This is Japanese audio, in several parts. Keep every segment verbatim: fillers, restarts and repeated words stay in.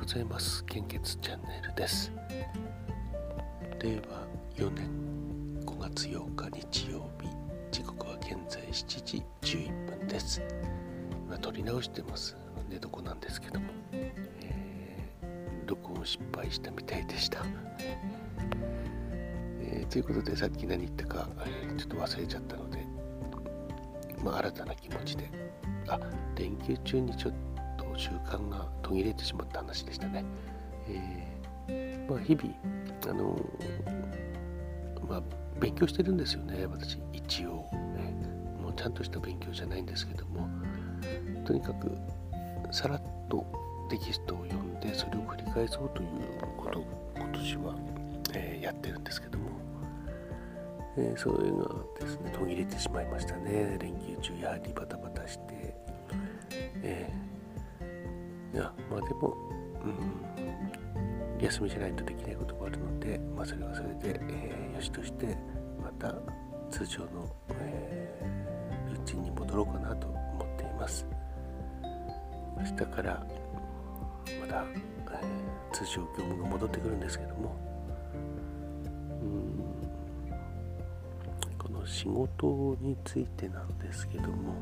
ございます。献血チャンネルです。れいわよねんごがつようか日曜日、時刻は現在しちじじゅういっぷんです。今撮り直してます。寝床なんですけども、えー、録音失敗したみたいでした、えー、ということでさっき何言ったか、えー、ちょっと忘れちゃったので、まあ、新たな気持ちであ連休中にちょっと習慣が途切れてしまった話でしたね。えーまあ、日々あのーまあ、勉強してるんですよね。私一応、ね、もうちゃんとした勉強じゃないんですけども、とにかくさらっとテキストを読んでそれを繰り返そうということを今年は、えー、やってるんですけども、えー、それがですね途切れてしまいましたね。連休中やはりバタバタして、えー、いやまあでも、うん、休みじゃないとできないことがあるので、まあ、それはそれで、えー、よしとしてまた通常の、えー、ルーチンに戻ろうかなと思っています。明日からまた、えー、通常業務が戻ってくるんですけども、うんこの仕事についてなんですけども、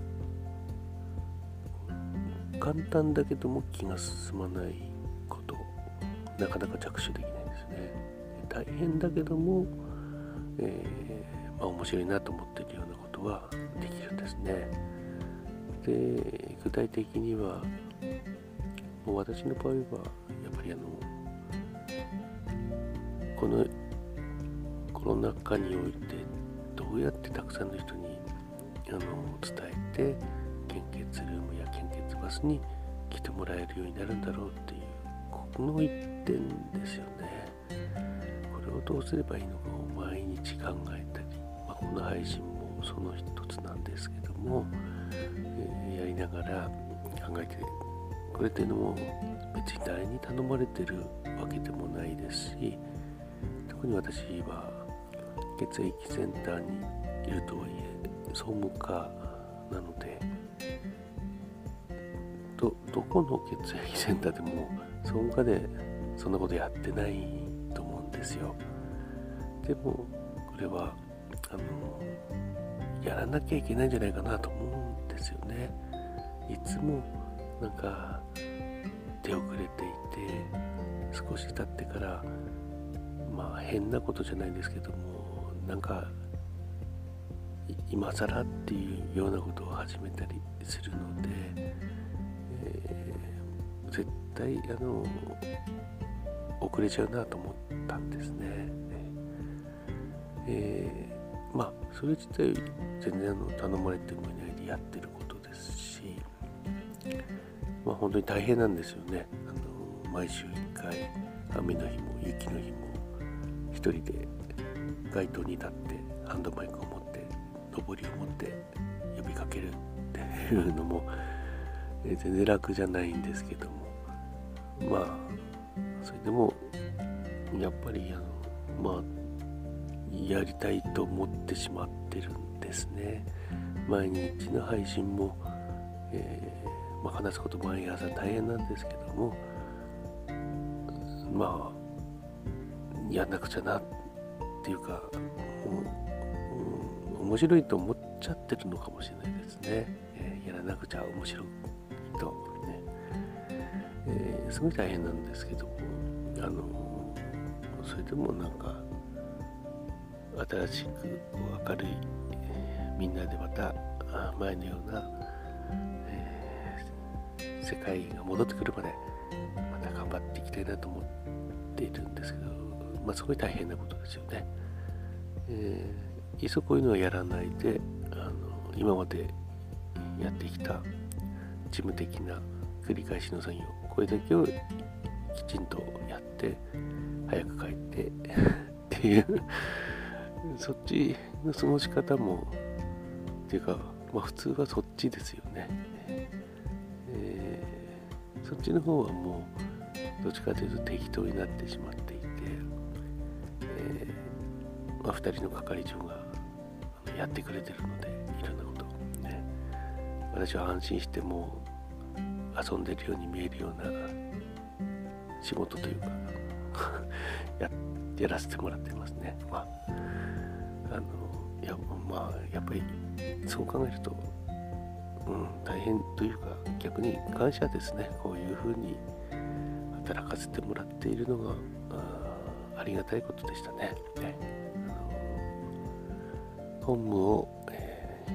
簡単だけども気が進まないこと、なかなか着手できないですね。大変だけども、えーまあ、面白いなと思っているようなことはできるんですね。で具体的にはもう私の場合はやっぱりあのこのコロナ禍においてどうやってたくさんの人にあの伝えて献血ルームや献血バスに来てもらえるようになるんだろうっていうこの一点ですよね。これをどうすればいいのかを毎日考えたり、まあ、この配信もその一つなんですけども、えー、やりながら考えてくれてるのも別に誰に頼まれてるわけでもないですし、特に私は血液センターにいるとはいえ総務課なので、ど, どこの血液センターでも総務課でそんなことやってないと思うんですよ。でもこれはあのやらなきゃいけないんじゃないかなと思うんですよね。いつもなんか手遅れていて、少し経ってからまあ変なことじゃないですけども、なんか今更っていうようなことを始めたりするので、えー、絶対あの遅れちゃうなと思ったんですね。えー、まあそれ自体全然あの頼まれてもいないでやってることですし、まあ本当に大変なんですよね。あの毎週いっかい雨の日も雪の日も一人で街頭に立ってハンドマイクを持って上りを持って呼びかけるっていうのも、えー、全然楽じゃないんですけども、まあそれでもやっぱりあのまあやりたいと思ってしまってるんですね。毎日の配信も、えーまあ、話すこと毎朝大変なんですけども、まあやんなくちゃなっていうか、うんうん、面白いと思っちゃってるのかもしれないですね。えー、やらなくちゃ面白いとね、えー、すごい大変なんですけども、あのそれでもなんか新しく明るい、えー、みんなでまた前のような、えー、世界が戻ってくるまでまた頑張っていきたいなと思っているんですけど、まあすごい大変なことですよね。えー、いっそこういうのはやらないで、あの今までやってきた事務的な繰り返しの作業、これだけをきちんとやって早く帰ってっていうそっちの過ごし方もっていうか、まあ普通はそっちですよね。えー、そっちの方はもうどっちかというと適当になってしまっていて、えーまあ、ふたりの係長がやってくれてるので、いろんなことをね、私は安心してもう遊んでるように見えるような仕事というかや, やらせてもらってますね。まああのいやまあやっぱりそう考えると、うん、大変というか逆に感謝ですね。こういうふうに働かせてもらっているのが あ, ありがたいことでしたね。ねあの本務を、え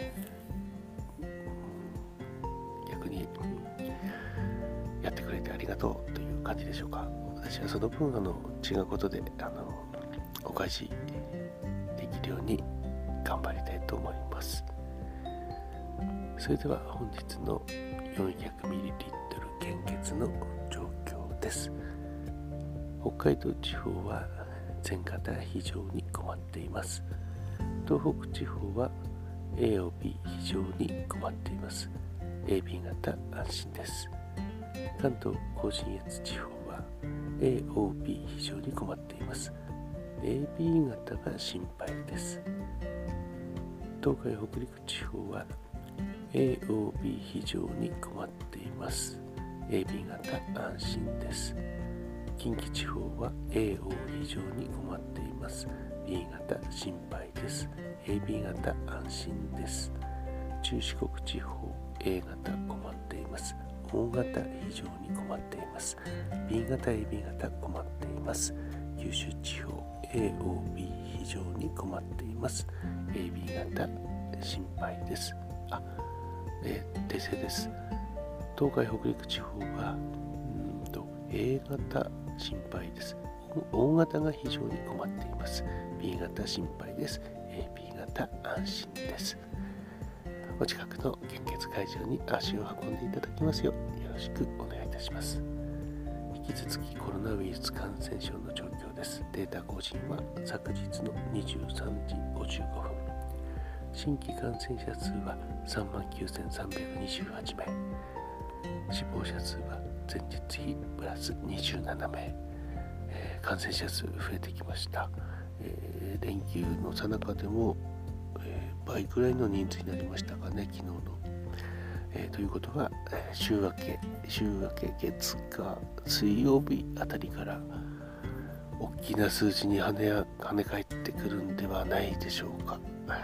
ー、逆にやってくれてありがとうという感じでしょうか。私はその分あの違うことであのお返しできるように頑張りたいと思います。それでは本日の よんひゃくミリリットル 献血の状況です。北海道地方は全型非常に困っています。東北地方は エー おービー 非常に困っています。 エービー 型安心です。関東甲信越地方は エー オービー 非常に困っています。 エービー 型が心配です。東海北陸地方は エー オービー 非常に困っています。 エービー 型安心です。近畿地方は エーオー 非常に困っています。 ビー 型心配です。 エービー 型安心です。中四国地方 A 型困っています。O 型非常に困っています。 B 型 エービー 型困っています。九州地方 エーオービー 非常に困っています。 エービー 型心配です。あ、えー、訂正です。東海北陸地方はうんと A 型心配です。 O 型が非常に困っています。 B 型心配です。 エービー 型安心です。お近くの献血会場に足を運んでいただきますようよろしくお願いいたします。引き続きコロナウイルス感染症の状況です。データ更新は昨日のにじゅうさんじごじゅうごふん。新規感染者数は さんまんきゅうせんさんびゃくにじゅうはちめい。死亡者数は前日比プラスにじゅうななめい。えー、感染者数増えてきました。えー、連休の最中でも倍くらいの人数になりましたかね、昨日の。えー、ということは、週明け、週明け月火水曜日あたりから大きな数字に跳ねや跳ね返ってくるんではないでしょうか。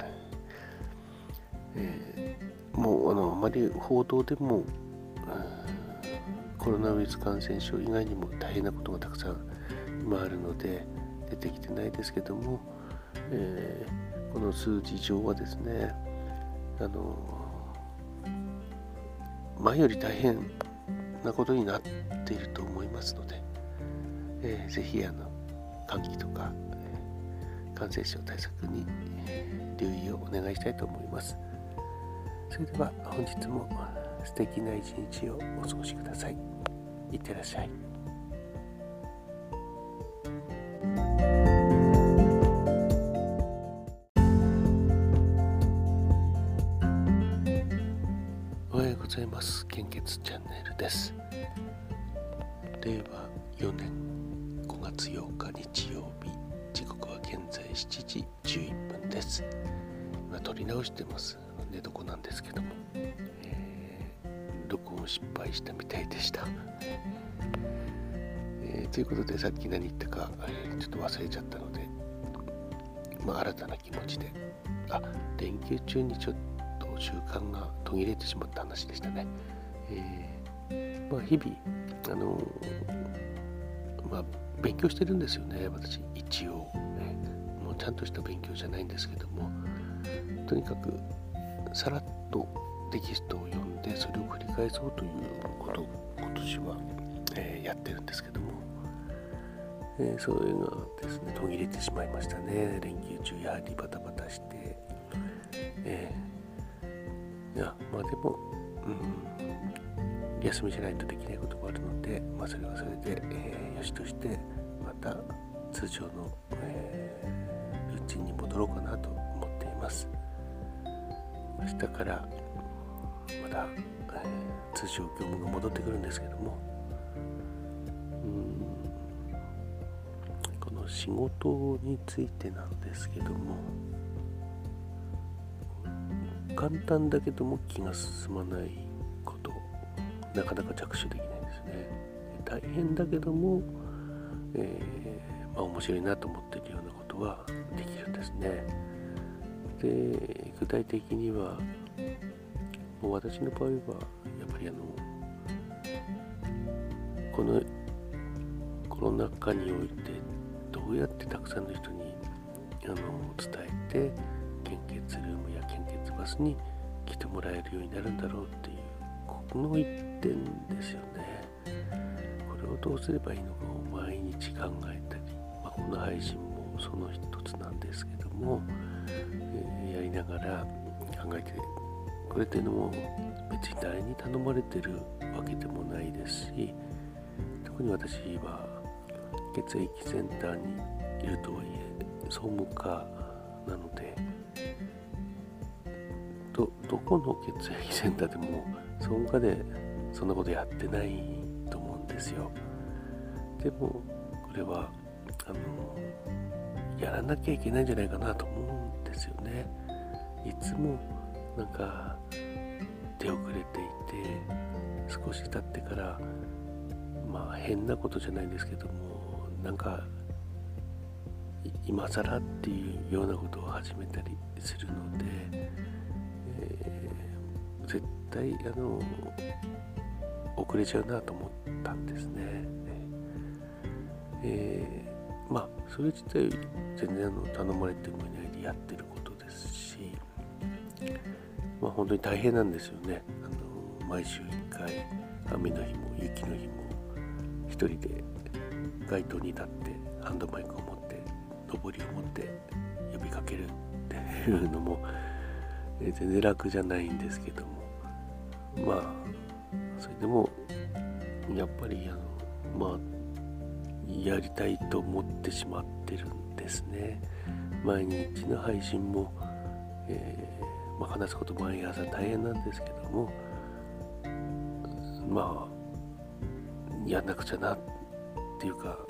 えー、もうあのあまり報道でも、うん、コロナウイルス感染症以外にも大変なことがたくさん今あるので出てきてないですけども、えーこの数字上はですね、あの前より大変なことになっていると思いますので、えー、ぜひあの換気とか、えー、感染症対策に、えー、留意をお願いしたいと思います。それでは本日も素敵な一日をお過ごしください。いってらっしゃい。おはようございます。献血チャンネルです。れいわよねんごがつようか日曜日、時刻は現在しちじじゅういっぷんです。今撮り直してます。寝床なんですけども、えー、録音失敗したみたいでした。えー、ということでさっき何言ったか、えー、ちょっと忘れちゃったので、まあ、新たな気持ちで、あ、連休中にちょっと習慣が途切れてしまった話でしたね。えー、まあ日々あのー、まあ勉強してるんですよね、私一応、ね、もうちゃんとした勉強じゃないんですけども、とにかくさらっとテキストを読んでそれを繰り返そうということを今年は、えー、やってるんですけども、えー、それがですね途切れてしまいましたね。連休中やはりバタバタして、えー、いやまあでも、うん、休みじゃないとできないこともあるので、まあ、それはそれで、えー、よしとしてまた通常の、えー、ルーチンに戻ろうかなと思っています。明日からまた、えー、通常業務が戻ってくるんですけども、うんこの仕事についてなんですけども、簡単だけども気が進まないこと、なかなか着手できないですね。 大変だけども、えーまあ、面白いなと思っているようなことはできるんですね。で、具体的にはもう私の場合はやっぱりあのこのコロナ禍においてどうやってたくさんの人にあの伝えて献血ルームや献血バスに来てもらえるようになるんだろうっていうこの一点ですよね。これをどうすればいいのかを毎日考えたり、まあ、この配信もその一つなんですけども、えー、やりながら考えてくれてるのも別に誰に頼まれてるわけでもないですし、特に私は血液センターにいるとはいえ総務課なので、ど, どこの血液センターでも総務課でそんなことやってないと思うんですよ。でもこれはあのやらなきゃいけないんじゃないかなと思うんですよね。いつもなんか手遅れていて、少し経ってからまあ変なことじゃないんですけども、なんか今更っていうようなことを始めたりするので、えー、絶対あの遅れちゃうなと思ったんですね。えー、まあそれ自体全然あの頼まれてもいないでやってることですし、まあ本当に大変なんですよね。あの毎週いっかい雨の日も雪の日も一人で街頭に立ってハンドマイクを持って上りを持って呼びかけるっていうのも、え全然楽じゃないんですけども、まあそれでもやっぱりあのまあやりたいと思ってしまってるんですね。毎日の配信も、えーまあ、話すこと毎朝大変なんですけども、まあやんなくちゃなっていうか、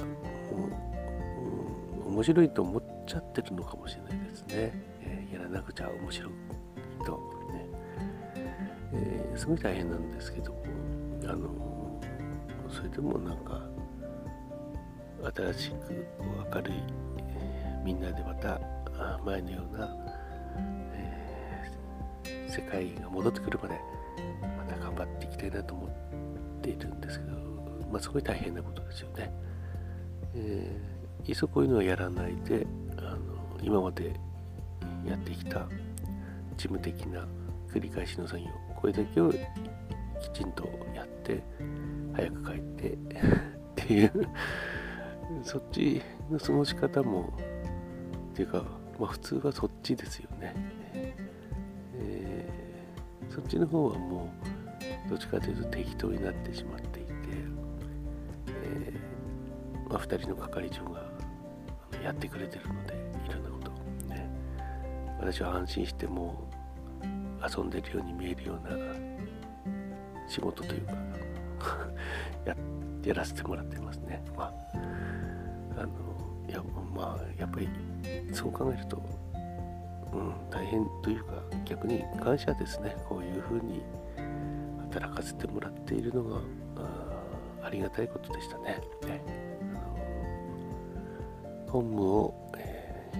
うん、面白いと思っちゃってるのかもしれないですね。えー、やらなくちゃ面白いとね、えー、すごい大変なんですけども、あのそれでもなんか新しくこう明るい、えー、みんなでまた前のような、えー、世界が戻ってくるまでまた頑張っていきたいなと思っているんですけど、まあすごい大変なことですよね。えー、いっそこういうのはやらないで、あの今までやってきた事務的な繰り返しの作業、これだけをきちんとやって早く帰ってっていうそっちの過ごし方もっていうか、まあ普通はそっちですよね。えー、そっちの方はもうどっちかというと適当になってしまっていて、えー、まあふたりの係長がやってくれてるので、いろんなことをね、私は安心してもう遊んでるように見えるような仕事というかや, やらせてもらってますね。まああのいやまあやっぱりそう考えると、うん、大変というか逆に感謝ですね。こういうふうに働かせてもらっているのが あ, ありがたいことでしたね。ね、あの本務を、え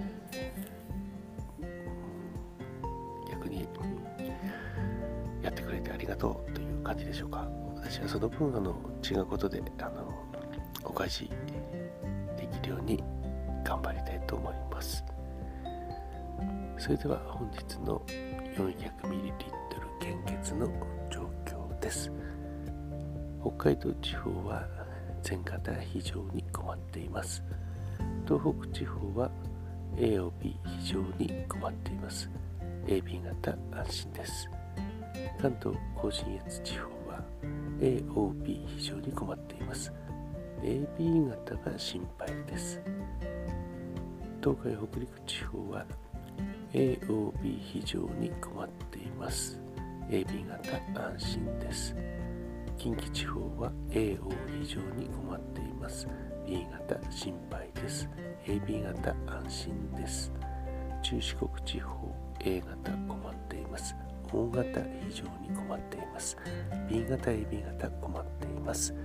ー、逆にやってくれてありがとうという感じでしょうか。私はその分あの違うことであのお返しできるように頑張りたいと思います。それでは本日の よんひゃくミリリットル 献血の状況です。北海道地方は全型非常に困っています。東北地方は エー おービー 非常に困っています。 エービー 型安心です。関東甲信越地方は エー オービー 非常に困っています。 エービー 型が心配です。東海北陸地方は エー オービー 非常に困っています。 エービー 型安心です。近畿地方は エーオー 非常に困っています。 ビー 型心配です。 エービー 型安心です。中四国地方 A 型困っています。O 型非常に困っています。 ビー 型 エービー 型困っています。 U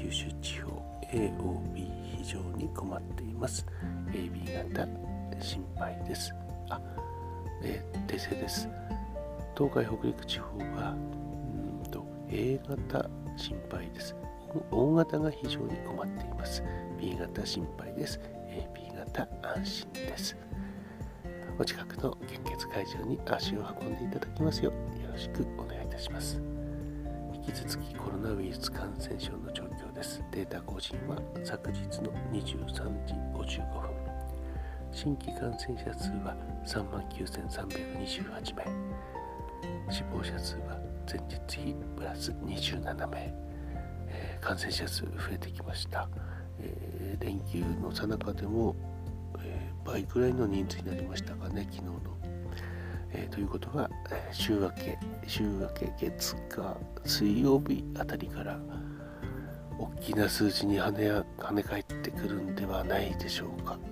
九州地方 エーオービー 非常に困っています。 エービー 型心配です。あ、えー、訂正です。東海北陸地方はうんと A 型心配です。大型が非常に困っています。 B 型心配です。 エービー 型安心です。お近くの献血会場に足を運んでいただきますようよろしくお願いいたします。引き続きコロナウイルス感染症の状況です。データ更新は昨日のにじゅうさんじごじゅうごふん。新規感染者数は さんまんきゅうせんさんびゃくにじゅうはちめい。死亡者数は前日比プラスにじゅうななめい。えー、感染者数増えてきました。えー、連休の最中でも倍くらいの人数になりましたかね、昨日の。えー、ということは、えー、週明け、週明け月火水曜日あたりから大きな数字に跳ねや跳ね返ってくるんではないでしょうか。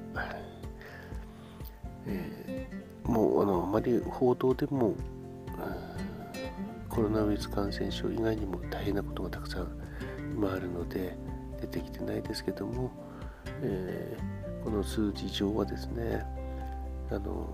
えー、もうあのあまり報道でも、うん、コロナウイルス感染症以外にも大変なことがたくさん今あるので出てきてないですけども、えーこの数字上はですね、あの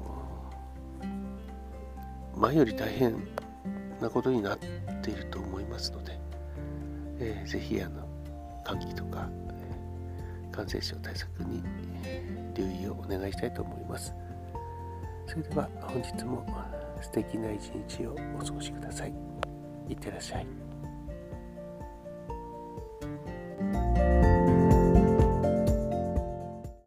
前より大変なことになっていると思いますので、えー、ぜひあの換気とか、えー、感染症対策に、えー、留意をお願いしたいと思います。それでは本日も素敵な一日をお過ごしください。いってらっしゃい。